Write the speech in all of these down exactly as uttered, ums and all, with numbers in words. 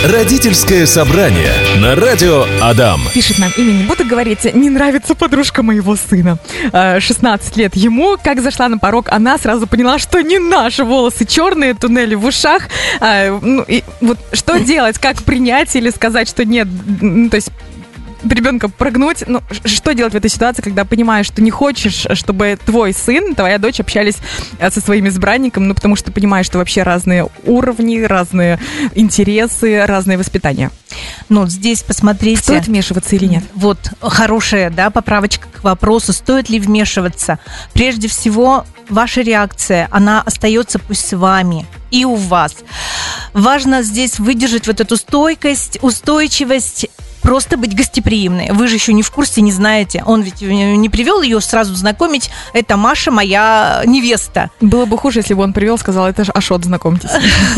Родительское собрание на радио Адам. Пишет нам, имя не буду говорить, не нравится подружка моего сына. шестнадцать лет ему, как зашла на порог, она сразу поняла, что не наши волосы черные, туннели в ушах. Ну, и вот что делать, как принять или сказать, что нет, ну, то есть ребенка прогнуть. Ну, что делать в этой ситуации, когда понимаешь, что не хочешь, чтобы твой сын, твоя дочь общались со своим избранником, ну, потому что ты понимаешь, что вообще разные уровни, разные интересы, разные воспитания. Ну, здесь посмотрите. Стоит вмешиваться или нет? Вот, хорошая, да, поправочка к вопросу, стоит ли вмешиваться. Прежде всего, ваша реакция, она остается пусть с вами и у вас. Важно здесь выдержать вот эту стойкость, устойчивость, просто быть гостеприимной. Вы же еще не в курсе, не знаете. Он ведь не привел ее сразу знакомить. Это Маша, моя невеста. Было бы хуже, если бы он привел, сказал, это же Ашот, знакомьтесь.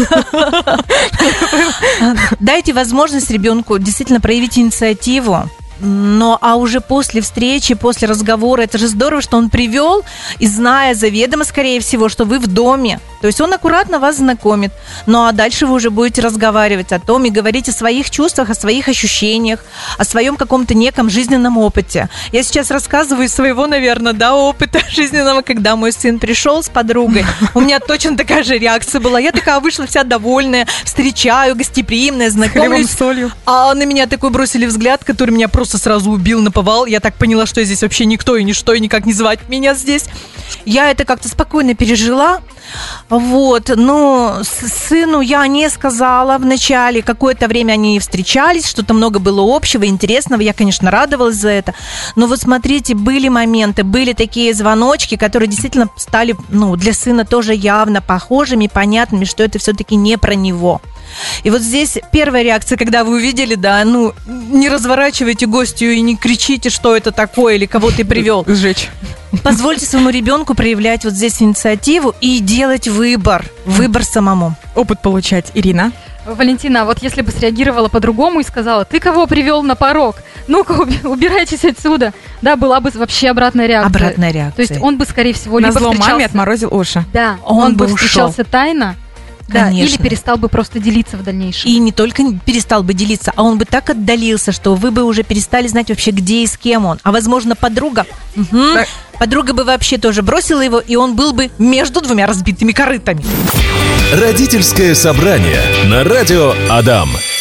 Дайте возможность ребенку действительно проявить инициативу. Но а уже после встречи, после разговора, это же здорово, что он привел, и зная заведомо, скорее всего, что вы в доме. То есть он аккуратно вас знакомит. Ну а дальше вы уже будете разговаривать о том и говорить о своих чувствах, о своих ощущениях, о своем каком-то неком жизненном опыте. Я сейчас рассказываю из своего, наверное, да, опыта жизненного, когда мой сын пришел с подругой. У меня точно такая же реакция была. Я такая вышла вся довольная, встречаю, гостеприимная, знакомлюсь. С солью. А на меня такой бросили взгляд, который меня просто сразу убил, наповал. Я так поняла, что я здесь вообще никто и ничто, и никак не звать меня здесь. Я это как-то спокойно пережила. Вот, но сыну я не сказала вначале. Какое-то время они встречались, что-то много было общего, интересного. Я, конечно, радовалась за это. Но вот смотрите, были моменты, были такие звоночки, которые действительно стали, ну, для сына тоже явно похожими, понятными, что это все-таки не про него. И вот здесь первая реакция, когда вы увидели, да, ну, не разворачивайте гостью и не кричите, что это такое или кого ты привел. Сжечь. Позвольте своему ребенку проявлять вот здесь инициативу и делать выбор, выбор самому. Опыт получать. Ирина? Валентина, вот если бы среагировала по-другому и сказала, ты кого привел на порог? Ну-ка, убирайтесь отсюда. Да, была бы вообще обратная реакция. Обратная реакция. То есть он бы, скорее всего, на либо зло встречался... маме отморозил уши. Да, он, он бы бы встречался тайно. Да, или перестал бы просто делиться в дальнейшем. И не только перестал бы делиться, а он бы так отдалился, что вы бы уже перестали знать вообще, где и с кем он. А возможно, подруга. Угу. Да. Подруга бы вообще тоже бросила его, и он был бы между двумя разбитыми корытами. Родительское собрание на радио Адам.